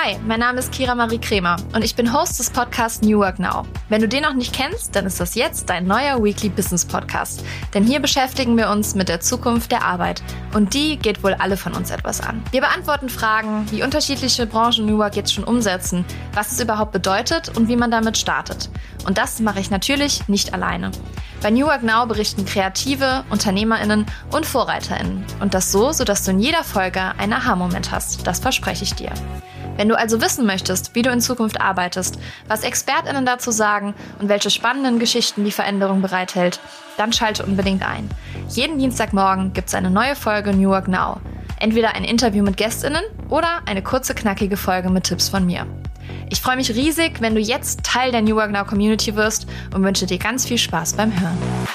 Hi, mein Name ist Kira Marie Kremer und ich bin Host des Podcasts New Work Now. Wenn du den noch nicht kennst, dann ist das jetzt dein neuer Weekly Business Podcast. Denn hier beschäftigen wir uns mit der Zukunft der Arbeit und die geht wohl alle von uns etwas an. Wir beantworten Fragen, wie unterschiedliche Branchen New Work jetzt schon umsetzen, was es überhaupt bedeutet und wie man damit startet. Und das mache ich natürlich nicht alleine. Bei New Work Now berichten Kreative, UnternehmerInnen und VorreiterInnen. Und das so, sodass du in jeder Folge einen Aha-Moment hast. Das verspreche ich dir. Wenn du also wissen möchtest, wie du in Zukunft arbeitest, was ExpertInnen dazu sagen und welche spannenden Geschichten die Veränderung bereithält, dann schalte unbedingt ein. Jeden Dienstagmorgen gibt es eine neue Folge New Work Now. Entweder ein Interview mit GästInnen oder eine kurze, knackige Folge mit Tipps von mir. Ich freue mich riesig, wenn du jetzt Teil der New Work Now Community wirst und wünsche dir ganz viel Spaß beim Hören.